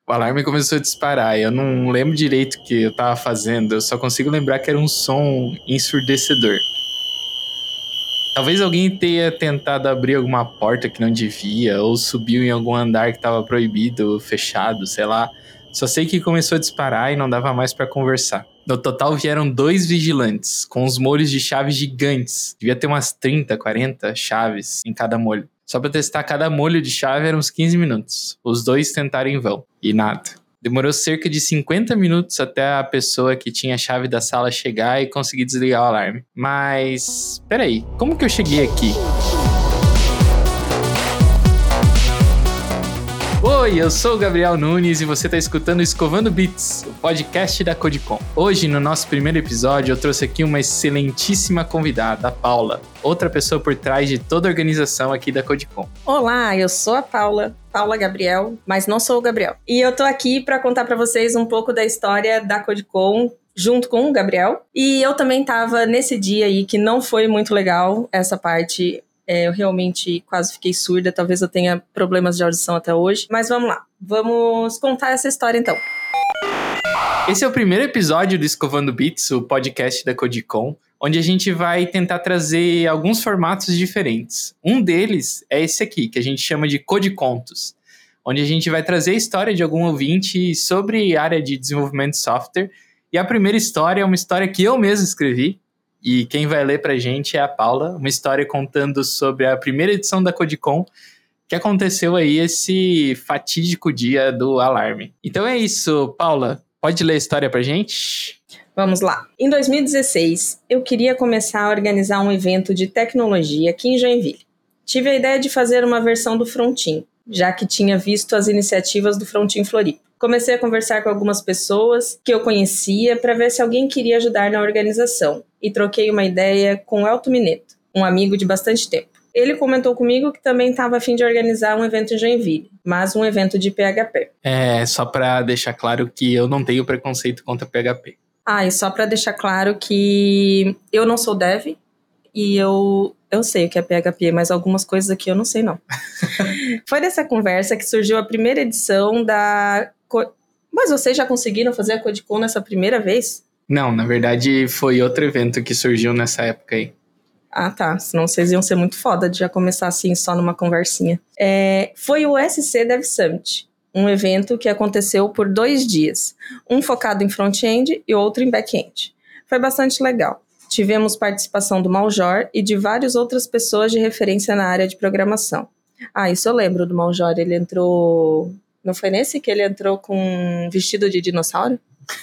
O alarme começou a disparar. Eu não lembro direito o que eu tava fazendo. Eu só consigo lembrar que era um som ensurdecedor. Talvez alguém tenha tentado abrir alguma porta que não devia, ou subiu em algum andar que estava proibido, fechado, sei lá. Só sei que começou a disparar e não dava mais para conversar. No total vieram 2 vigilantes, com os molhos de chaves gigantes. Devia ter umas 30, 40 chaves em cada molho. Só para testar cada molho de chave eram uns 15 minutos. Os 2 tentaram em vão. E nada. Demorou cerca de 50 minutos até a pessoa que tinha a chave da sala chegar e conseguir desligar o alarme. Mas, peraí, como que eu cheguei aqui? Oi, eu sou o Gabriel Nunes e você está escutando Escovando Bits, o podcast da Codecom. Hoje, no nosso primeiro episódio, eu trouxe aqui uma excelentíssima convidada, a Paula, outra pessoa por trás de toda a organização aqui da Codecom. Olá, eu sou a Paula Gabriel, mas não sou o Gabriel. E eu tô aqui para contar para vocês um pouco da história da Codecom, junto com o Gabriel. E eu também tava nesse dia aí que não foi muito legal essa parte. Eu realmente quase fiquei surda, talvez eu tenha problemas de audição até hoje. Mas vamos lá, vamos contar essa história então. Esse é o primeiro episódio do Escovando Bits, o podcast da Codecom, onde a gente vai tentar trazer alguns formatos diferentes. Um deles é esse aqui, que a gente chama de Codecontos, onde a gente vai trazer a história de algum ouvinte sobre a área de desenvolvimento de software. E a primeira história é uma história que eu mesmo escrevi, e quem vai ler pra gente é a Paula, uma história contando sobre a primeira edição da Codecom, que aconteceu aí esse fatídico dia do alarme. Então é isso, Paula, pode ler a história pra gente? Vamos lá. Em 2016, eu queria começar a organizar um evento de tecnologia aqui em Joinville. Tive a ideia de fazer uma versão do Frontin, já que tinha visto as iniciativas do Frontin Floripa. Comecei a conversar com algumas pessoas que eu conhecia para ver se alguém queria ajudar na organização e troquei uma ideia com o Elton Mineto, um amigo de bastante tempo. Ele comentou comigo que também estava a fim de organizar um evento em Joinville, mas um evento de PHP. Só para deixar claro que eu não tenho preconceito contra PHP. E só para deixar claro que eu não sou dev e eu sei o que é PHP, mas algumas coisas aqui eu não sei não. Foi dessa conversa que surgiu a primeira edição da... Mas vocês já conseguiram fazer a Codecom nessa primeira vez? Não, na verdade foi outro evento que surgiu nessa época aí. Ah, tá. Senão vocês iam ser muito foda de já começar assim, só numa conversinha. Foi o SC Dev Summit, um evento que aconteceu por 2 dias. Um focado em front-end e outro em back-end. Foi bastante legal. Tivemos participação do Maljor e de várias outras pessoas de referência na área de programação. Isso eu lembro do Maljor. Ele entrou... Não foi nesse que ele entrou com um vestido de dinossauro?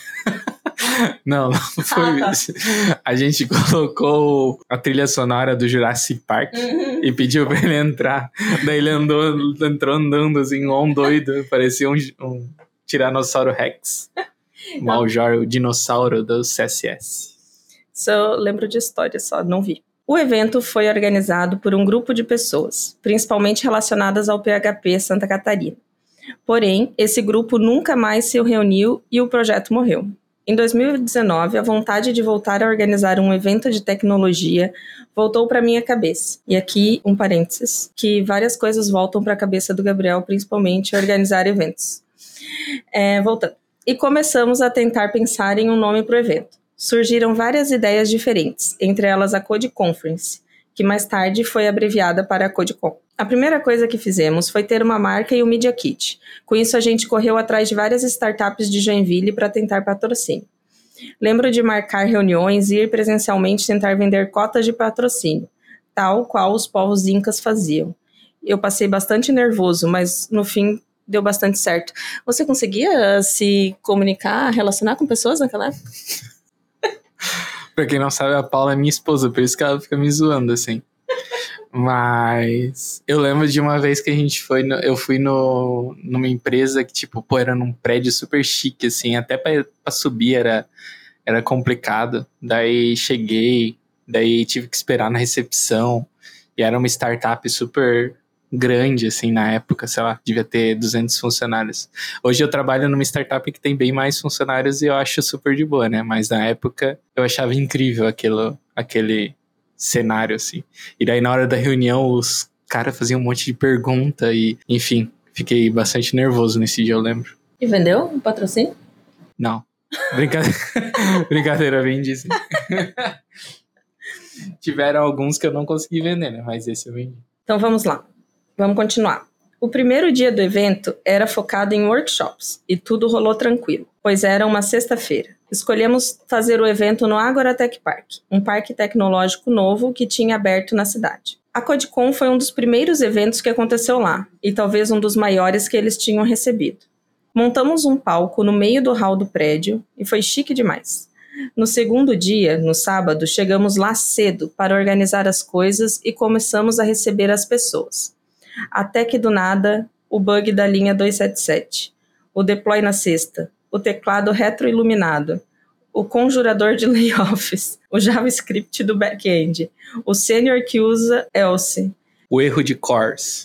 Não foi isso. A gente colocou a trilha sonora do Jurassic Park e pediu pra ele entrar. Daí ele entrou andando assim, igual um doido. Parecia um Tiranossauro Rex. Maljor, o dinossauro do CSS. Só lembro de história, só não vi. O evento foi organizado por um grupo de pessoas, principalmente relacionadas ao PHP Santa Catarina. Porém, esse grupo nunca mais se reuniu e o projeto morreu. Em 2019, a vontade de voltar a organizar um evento de tecnologia voltou para minha cabeça. E aqui, um parênteses, que várias coisas voltam para a cabeça do Gabriel, principalmente organizar eventos. Voltando. E começamos a tentar pensar em um nome para o evento. Surgiram várias ideias diferentes, entre elas a CodeConference, que mais tarde foi abreviada para a Codecom. A primeira coisa que fizemos foi ter uma marca e um Media Kit. Com isso, a gente correu atrás de várias startups de Joinville para tentar patrocínio. Lembro de marcar reuniões e ir presencialmente tentar vender cotas de patrocínio, tal qual os povos incas faziam. Eu passei bastante nervoso, mas no fim deu bastante certo. Você conseguia se comunicar, relacionar com pessoas naquela época? Pra quem não sabe, a Paula é minha esposa, por isso que ela fica me zoando, assim. Mas eu lembro de uma vez que a gente foi, eu fui numa empresa que, tipo, era num prédio super chique, assim, até pra subir era complicado. Daí cheguei, daí tive que esperar na recepção, e era uma startup super grande, assim, na época, sei lá, devia ter 200 funcionários. Hoje eu trabalho numa startup que tem bem mais funcionários e eu acho super de boa, né? Mas na época eu achava incrível aquele cenário, assim. E daí na hora da reunião os caras faziam um monte de pergunta e, enfim, fiquei bastante nervoso nesse dia, eu lembro. E vendeu o patrocínio? Não. Brincadeira, vendi sim. Tiveram alguns que eu não consegui vender, né? Mas esse eu vendi. Então vamos lá. Vamos continuar. O primeiro dia do evento era focado em workshops e tudo rolou tranquilo, pois era uma sexta-feira. Escolhemos fazer o evento no Agora Tech Park, um parque tecnológico novo que tinha aberto na cidade. A CodCon foi um dos primeiros eventos que aconteceu lá e talvez um dos maiores que eles tinham recebido. Montamos um palco no meio do hall do prédio e foi chique demais. No segundo dia, no sábado, chegamos lá cedo para organizar as coisas e começamos a receber as pessoas. Até que do nada, o bug da linha 277, o deploy na sexta, o teclado retroiluminado, o conjurador de layoffs, o JavaScript do back-end, o sênior que usa else. O erro de cores.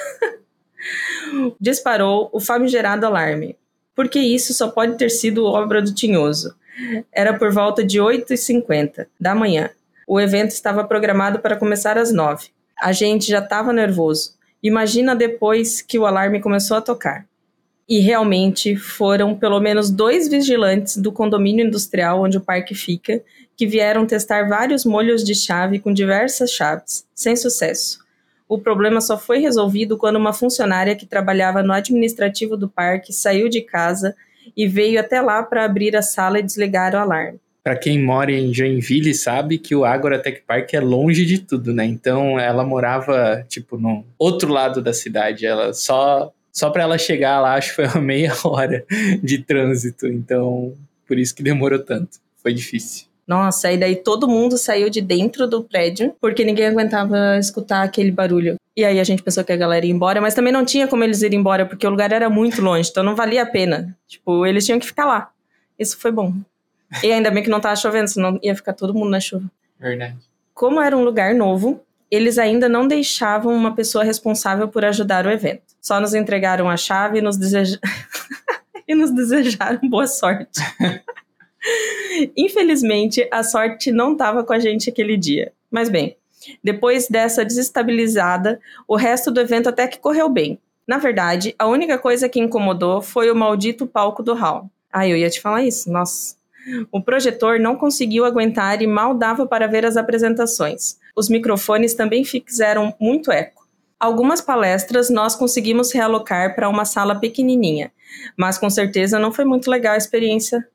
Disparou o famigerado alarme. Porque isso só pode ter sido obra do Tinhoso. Era por volta de 8h50 da manhã. O evento estava programado para começar às 9h. A gente já estava nervoso. Imagina depois que o alarme começou a tocar. E realmente foram pelo menos 2 vigilantes do condomínio industrial onde o parque fica, que vieram testar vários molhos de chave com diversas chaves, sem sucesso. O problema só foi resolvido quando uma funcionária que trabalhava no administrativo do parque saiu de casa e veio até lá para abrir a sala e desligar o alarme. Para quem mora em Joinville sabe que o Agora Tech Park é longe de tudo, né? Então ela morava, tipo, no outro lado da cidade. Ela só para ela chegar lá, acho que foi uma meia hora de trânsito. Então, por isso que demorou tanto. Foi difícil. Nossa, e daí todo mundo saiu de dentro do prédio, porque ninguém aguentava escutar aquele barulho. E aí a gente pensou que a galera ia embora, mas também não tinha como eles irem embora, porque o lugar era muito longe, então não valia a pena. Tipo, eles tinham que ficar lá. Isso foi bom. E ainda bem que não tava chovendo, senão ia ficar todo mundo na chuva. Verdade. Como era um lugar novo, eles ainda não deixavam uma pessoa responsável por ajudar o evento. Só nos entregaram a chave e nos desejaram boa sorte. Infelizmente, a sorte não estava com a gente aquele dia. Mas bem, depois dessa desestabilizada, o resto do evento até que correu bem. Na verdade, a única coisa que incomodou foi o maldito palco do hall. Eu ia te falar isso, nossa. O projetor não conseguiu aguentar e mal dava para ver as apresentações. Os microfones também fizeram muito eco. Algumas palestras nós conseguimos realocar para uma sala pequenininha, mas com certeza não foi muito legal a experiência.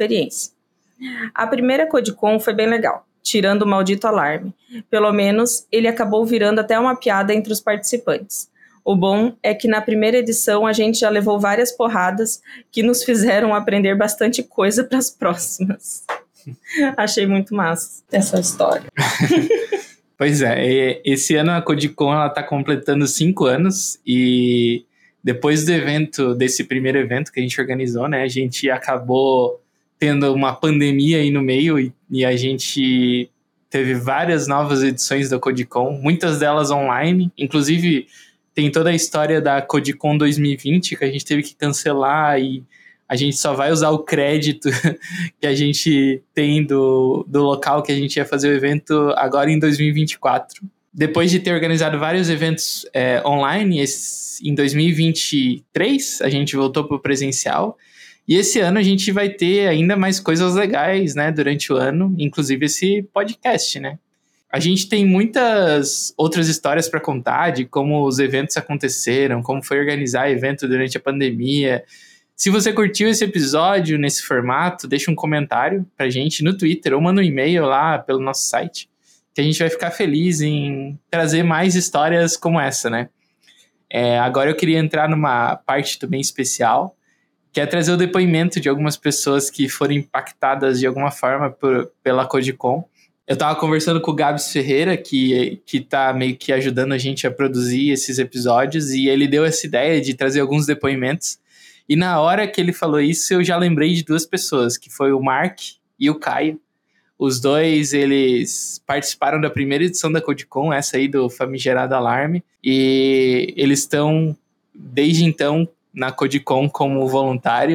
A primeira CodCon foi bem legal, tirando o maldito alarme. Pelo menos, ele acabou virando até uma piada entre os participantes. O bom é que na primeira edição a gente já levou várias porradas que nos fizeram aprender bastante coisa para as próximas. Achei muito massa essa história. Pois é, esse ano a CodCon ela tá completando 5 anos e depois do evento, desse primeiro evento que a gente organizou, né, a gente acabou tendo uma pandemia aí no meio e a gente teve várias novas edições da CodCon, muitas delas online, inclusive tem toda a história da CodCon 2020 que a gente teve que cancelar e a gente só vai usar o crédito que a gente tem do local que a gente ia fazer o evento agora em 2024. Depois de ter organizado vários eventos online, em 2023 a gente voltou para o presencial. E esse ano a gente vai ter ainda mais coisas legais, né, durante o ano, inclusive esse podcast, né? A gente tem muitas outras histórias para contar de como os eventos aconteceram, como foi organizar evento durante a pandemia. Se você curtiu esse episódio nesse formato, deixa um comentário pra gente no Twitter ou manda um e-mail lá pelo nosso site, que a gente vai ficar feliz em trazer mais histórias como essa, né? Agora eu queria entrar numa parte também especial, que é trazer o depoimento de algumas pessoas que foram impactadas de alguma forma pela CodCon. Eu tava conversando com o Gabs Ferreira, que tá meio que ajudando a gente a produzir esses episódios, e ele deu essa ideia de trazer alguns depoimentos. E na hora que ele falou isso, eu já lembrei de 2 pessoas, que foi o Mark e o Caio. Os dois, eles participaram da primeira edição da CodCon, essa aí do famigerado alarme, e eles estão, desde então, na CodCon como voluntário.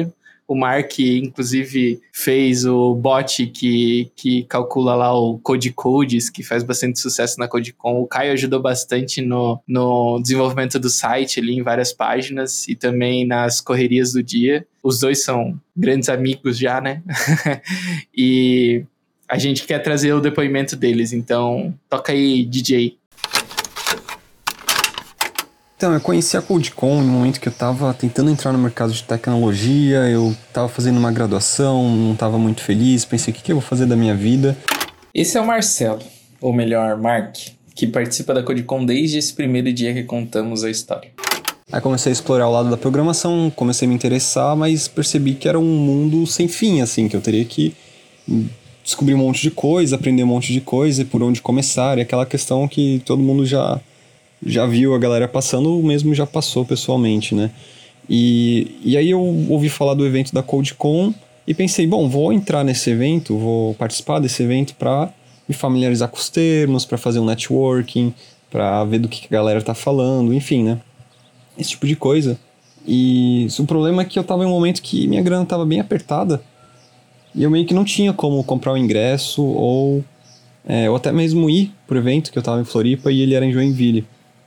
O Mark, inclusive, fez o bot que calcula lá o Code Codes, que faz bastante sucesso na CodeCon. O Caio ajudou bastante no desenvolvimento do site ali, em várias páginas, e também nas correrias do dia. Os dois são grandes amigos já, né? E a gente quer trazer o depoimento deles, então toca aí, DJ. Então, eu conheci a CodeCon no momento que eu estava tentando entrar no mercado de tecnologia, eu estava fazendo uma graduação, não estava muito feliz, pensei, o que eu vou fazer da minha vida? Esse é o Marcelo, ou melhor, Mark, que participa da CodeCon desde esse primeiro dia que contamos a história. Aí comecei a explorar o lado da programação, comecei a me interessar, mas percebi que era um mundo sem fim, assim, que eu teria que descobrir um monte de coisa, aprender um monte de coisa, e por onde começar, e aquela questão que todo mundo já viu a galera passando, ou mesmo já passou pessoalmente, né? E aí eu ouvi falar do evento da CodeCon e pensei, bom, vou entrar nesse evento, vou participar desse evento para me familiarizar com os termos, para fazer um networking, para ver do que a galera tá falando, enfim, né? Esse tipo de coisa. E o problema é que eu tava em um momento que minha grana tava bem apertada e eu meio que não tinha como comprar o ingresso ou até mesmo ir pro evento, que eu tava em Floripa e ele era em Joinville.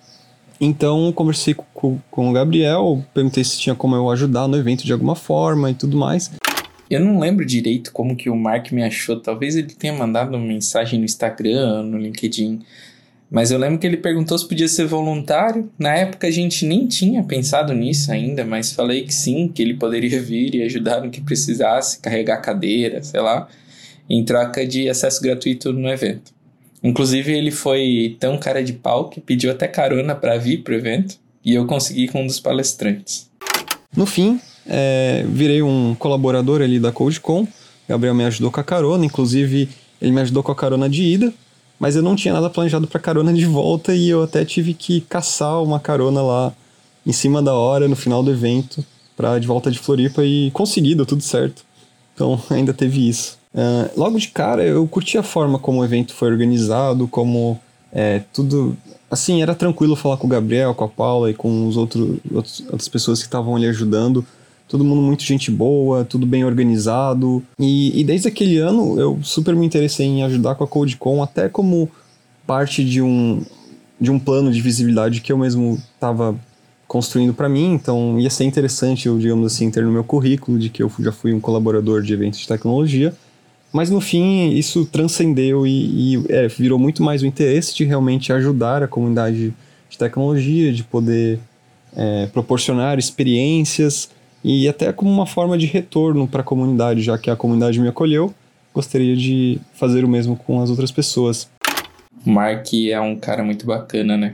Então, conversei com o Gabriel, perguntei se tinha como eu ajudar no evento de alguma forma e tudo mais. Eu não lembro direito como que o Mark me achou. Talvez ele tenha mandado uma mensagem no Instagram, no LinkedIn. Mas eu lembro que ele perguntou se podia ser voluntário. Na época a gente nem tinha pensado nisso ainda, mas falei que sim, que ele poderia vir e ajudar no que precisasse, carregar cadeira, sei lá, em troca de acesso gratuito no evento. Inclusive, ele foi tão cara de pau que pediu até carona para vir pro evento, e eu consegui com um dos palestrantes. No fim, virei um colaborador ali da CodeCon. Gabriel me ajudou com a carona, inclusive ele me ajudou com a carona de ida, mas eu não tinha nada planejado para carona de volta e eu até tive que caçar uma carona lá em cima da hora, no final do evento, para de volta de Floripa, e consegui, deu tudo certo. Então ainda teve isso. Logo de cara eu curti a forma como o evento foi organizado, como tudo, assim, era tranquilo falar com o Gabriel, com a Paula e com outras pessoas que estavam ali ajudando, todo mundo muito gente boa, tudo bem organizado, e desde aquele ano eu super me interessei em ajudar com a CodeCon, até como parte de um plano de visibilidade que eu mesmo estava construindo para mim, então ia ser interessante eu, digamos assim, ter no meu currículo de que eu já fui um colaborador de eventos de tecnologia. Mas no fim isso transcendeu e virou muito mais o interesse de realmente ajudar a comunidade de tecnologia, de poder proporcionar experiências e até como uma forma de retorno para a comunidade, já que a comunidade me acolheu, gostaria de fazer o mesmo com as outras pessoas. O Mark é um cara muito bacana, né?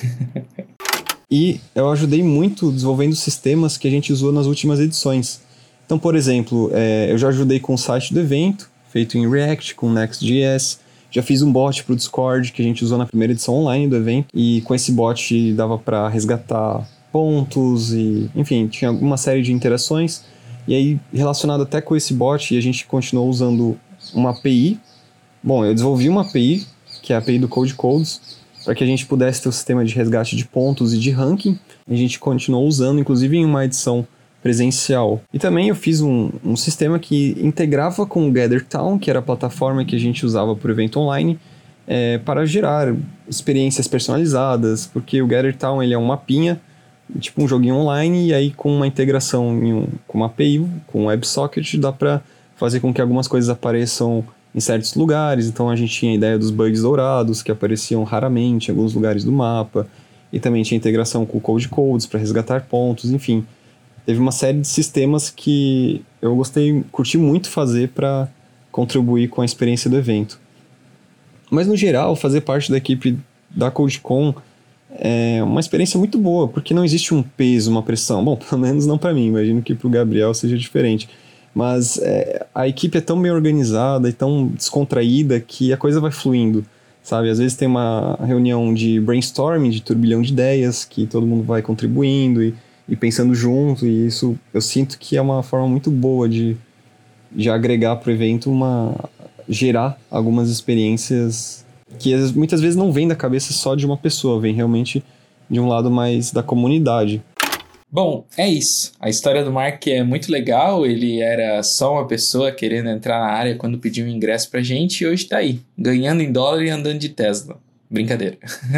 E eu ajudei muito desenvolvendo sistemas que a gente usou nas últimas edições. Então, por exemplo, eu já ajudei com o site do evento, feito em React, com Next.js. Já fiz um bot para o Discord, que a gente usou na primeira edição online do evento. E com esse bot dava para resgatar pontos e, enfim, tinha uma série de interações. E aí, relacionado até com esse bot, a gente continuou usando uma API. Bom, eu desenvolvi uma API, que é a API do Code Codes, para que a gente pudesse ter o sistema de resgate de pontos e de ranking. A gente continuou usando, inclusive em uma edição presencial. E também eu fiz um sistema que integrava com o GatherTown, que era a plataforma que a gente usava para o evento online, para gerar experiências personalizadas, porque o GatherTown ele é um mapinha, tipo um joguinho online, e aí com uma integração com uma API, com um WebSocket, dá para fazer com que algumas coisas apareçam em certos lugares. Então a gente tinha a ideia dos bugs dourados, que apareciam raramente em alguns lugares do mapa, e também tinha integração com o Code Codes para resgatar pontos, enfim. Teve uma série de sistemas que eu curti muito fazer para contribuir com a experiência do evento. Mas no geral, fazer parte da equipe da CodeCon é uma experiência muito boa, porque não existe um peso, uma pressão. Bom, pelo menos não para mim, imagino que para o Gabriel seja diferente. Mas a equipe é tão bem organizada e tão descontraída que a coisa vai fluindo, sabe? Às vezes tem uma reunião de brainstorming, de turbilhão de ideias, que todo mundo vai contribuindo e pensando junto, e isso eu sinto que é uma forma muito boa de agregar para o evento, gerar algumas experiências que muitas vezes não vem da cabeça só de uma pessoa, vem realmente de um lado mais da comunidade. Bom, é isso. A história do Mark é muito legal. Ele era só uma pessoa querendo entrar na área quando pediu um ingresso pra gente e hoje tá aí, ganhando em dólar e andando de Tesla. Brincadeira.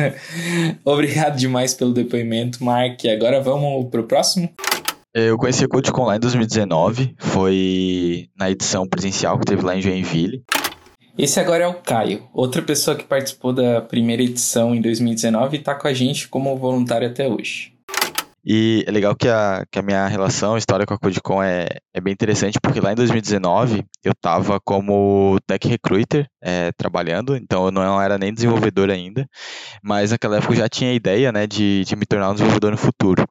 Obrigado demais pelo depoimento, Mark. Agora vamos pro próximo? Eu conheci a CodeCon lá em 2019, foi na edição presencial que teve lá em Joinville. Esse agora é o Caio, outra pessoa que participou da primeira edição em 2019 e tá com a gente como voluntário até hoje. E é legal que a minha relação, a história com a CodeCon é bem interessante, porque lá em 2019 eu estava como Tech Recruiter trabalhando, então eu não era nem desenvolvedor ainda, mas naquela época eu já tinha a ideia, né, de me tornar um desenvolvedor no futuro.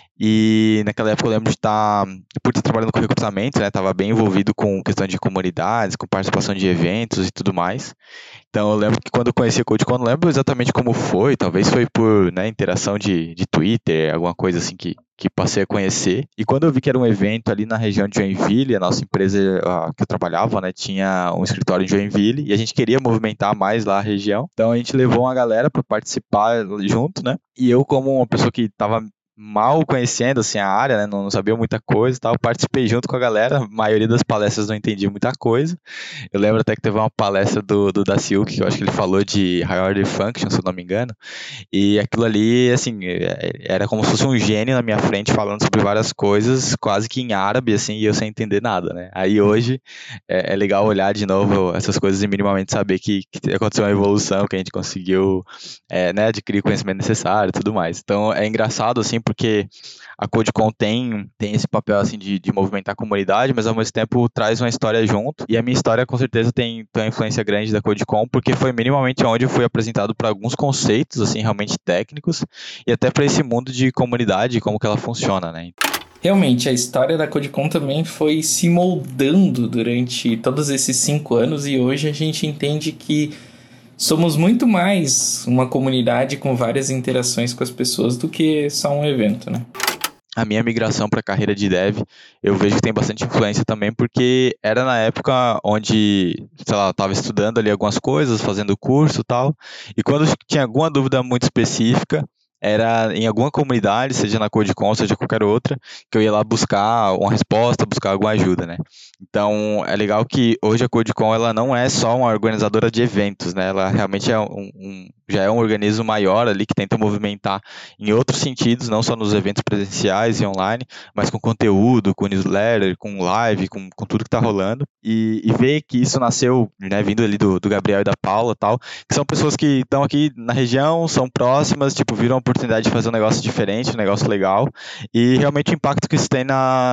E naquela época eu lembro de por estar trabalhando com recrutamento, né, estava bem envolvido com questão de comunidades, com participação de eventos e tudo mais. Então eu lembro que quando eu conheci a CodeCon, não lembro exatamente como foi, talvez foi por, né, interação de Twitter, alguma coisa assim que passei a conhecer. E quando eu vi que era um evento ali na região de Joinville, a nossa empresa que eu trabalhava, né, tinha um escritório em Joinville e a gente queria movimentar mais lá a região. Então a gente levou uma galera para participar junto, né? E eu, como uma pessoa que estava mal conhecendo assim, a área, né, não sabia muita coisa e tal, participei junto com a galera. A maioria das palestras não entendi muita coisa. Eu lembro até que teve uma palestra do Daciuk, que eu acho que ele falou de High Order Function, se eu não me engano, e aquilo ali, assim, era como se fosse um gênio na minha frente falando sobre várias coisas, quase que em árabe, assim, e eu sem entender nada, né? Aí hoje é legal olhar de novo essas coisas e minimamente saber que aconteceu uma evolução, que a gente conseguiu né, adquirir o conhecimento necessário e tudo mais. Então é engraçado, assim, porque a CodeCon tem esse papel assim de movimentar a comunidade, mas ao mesmo tempo traz uma história junto. E a minha história com certeza tem uma influência grande da CodeCon, porque foi minimamente onde eu fui apresentado para alguns conceitos assim realmente técnicos e até para esse mundo de comunidade, como que ela funciona, né? Realmente, a história da CodeCon também foi se moldando durante todos esses 5 anos e hoje a gente entende que somos muito mais uma comunidade com várias interações com as pessoas do que só um evento, né? A minha migração para a carreira de dev, eu vejo que tem bastante influência também, porque era na época onde, sei lá, eu estava estudando ali algumas coisas, fazendo curso e tal, e quando eu tinha alguma dúvida muito específica, era em alguma comunidade, seja na CodeCon, seja qualquer outra, que eu ia lá buscar uma resposta, buscar alguma ajuda, né? Então, é legal que hoje a CodeCon, ela não é só uma organizadora de eventos, né? Ela realmente já é um organismo maior ali que tenta movimentar em outros sentidos, não só nos eventos presenciais e online, mas com conteúdo, com newsletter, com live, com tudo que está rolando. E ver que isso nasceu, né, vindo ali do Gabriel e da Paula e tal, que são pessoas que estão aqui na região, são próximas, tipo, viram a oportunidade de fazer um negócio diferente, um negócio legal, e realmente o impacto que isso tem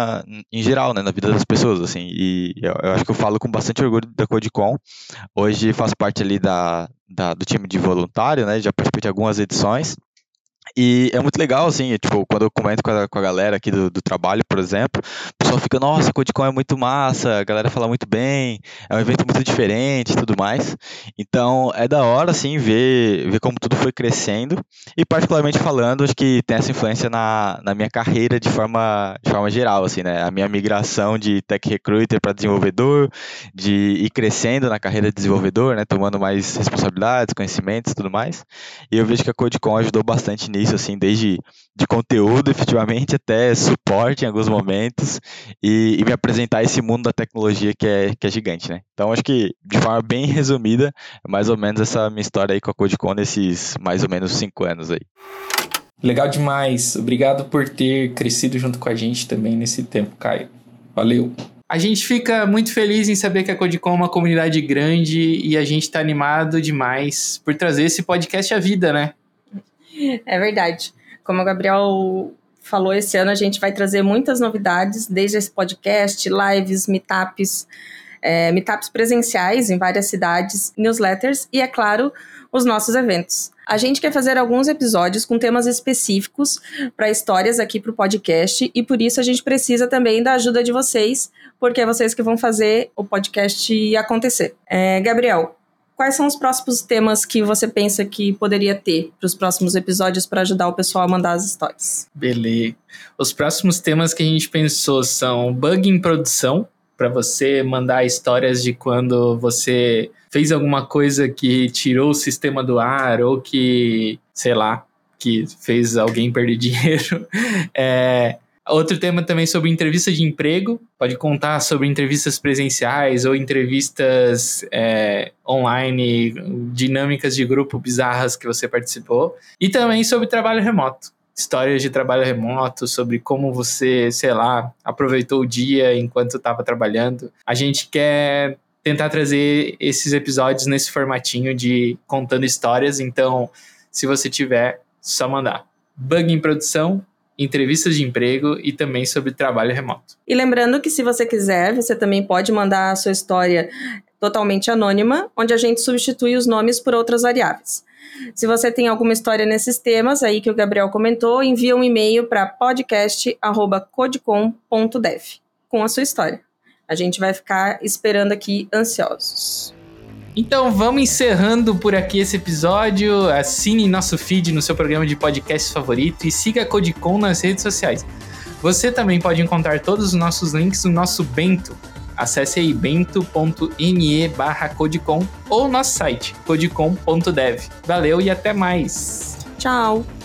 em geral, né, na vida das pessoas, assim. E eu acho que eu falo com bastante orgulho da CodeCon. Hoje faço parte ali do time de voluntário, né? Já participei de algumas edições. E é muito legal, assim, tipo, quando eu comento com a galera aqui do trabalho, por exemplo, o pessoal fica, nossa, a CodeCon é muito massa, a galera fala muito bem, é um evento muito diferente e tudo mais. Então, é da hora, assim, ver como tudo foi crescendo. E, particularmente falando, acho que tem essa influência na minha carreira de forma geral, assim, né? A minha migração de Tech Recruiter para desenvolvedor, de ir crescendo na carreira de desenvolvedor, né? Tomando mais responsabilidades, conhecimentos e tudo mais. E eu vejo que a CodeCon ajudou bastante nisso, assim, desde de conteúdo, efetivamente, até suporte em alguns momentos e me apresentar esse mundo da tecnologia que é gigante, né? Então, acho que, de forma bem resumida, é mais ou menos essa minha história aí com a CodeCon nesses mais ou menos 5 anos aí. Legal demais. Obrigado por ter crescido junto com a gente também nesse tempo, Caio. Valeu. A gente fica muito feliz em saber que a CodeCon é uma comunidade grande e a gente está animado demais por trazer esse podcast à vida, né? É verdade. Como o Gabriel falou, esse ano a gente vai trazer muitas novidades, desde esse podcast, lives, meetups presenciais em várias cidades, newsletters e, é claro, os nossos eventos. A gente quer fazer alguns episódios com temas específicos para histórias aqui para o podcast e por isso a gente precisa também da ajuda de vocês, porque é vocês que vão fazer o podcast acontecer. Gabriel, quais são os próximos temas que você pensa que poderia ter para os próximos episódios para ajudar o pessoal a mandar as histórias? Beleza. Os próximos temas que a gente pensou são bug em produção, para você mandar histórias de quando você fez alguma coisa que tirou o sistema do ar ou que, sei lá, que fez alguém perder dinheiro. Outro tema também sobre entrevista de emprego. Pode contar sobre entrevistas presenciais ou entrevistas online, dinâmicas de grupo bizarras que você participou. E também sobre trabalho remoto. Histórias de trabalho remoto, sobre como você, sei lá, aproveitou o dia enquanto estava trabalhando. A gente quer tentar trazer esses episódios nesse formatinho de contando histórias. Então, se você tiver, só mandar. Bug em produção, entrevistas de emprego e também sobre trabalho remoto. E lembrando que se você quiser, você também pode mandar a sua história totalmente anônima, onde a gente substitui os nomes por outras variáveis. Se você tem alguma história nesses temas aí que o Gabriel comentou, envia um e-mail para podcast@codecom.dev com a sua história. A gente vai ficar esperando aqui ansiosos. Então vamos encerrando por aqui esse episódio. Assine nosso feed no seu programa de podcast favorito e siga a Codecom nas redes sociais. Você também pode encontrar todos os nossos links no nosso Bento. Acesse aí bento.me/Codecom ou nosso site codecom.dev. Valeu e até mais! Tchau!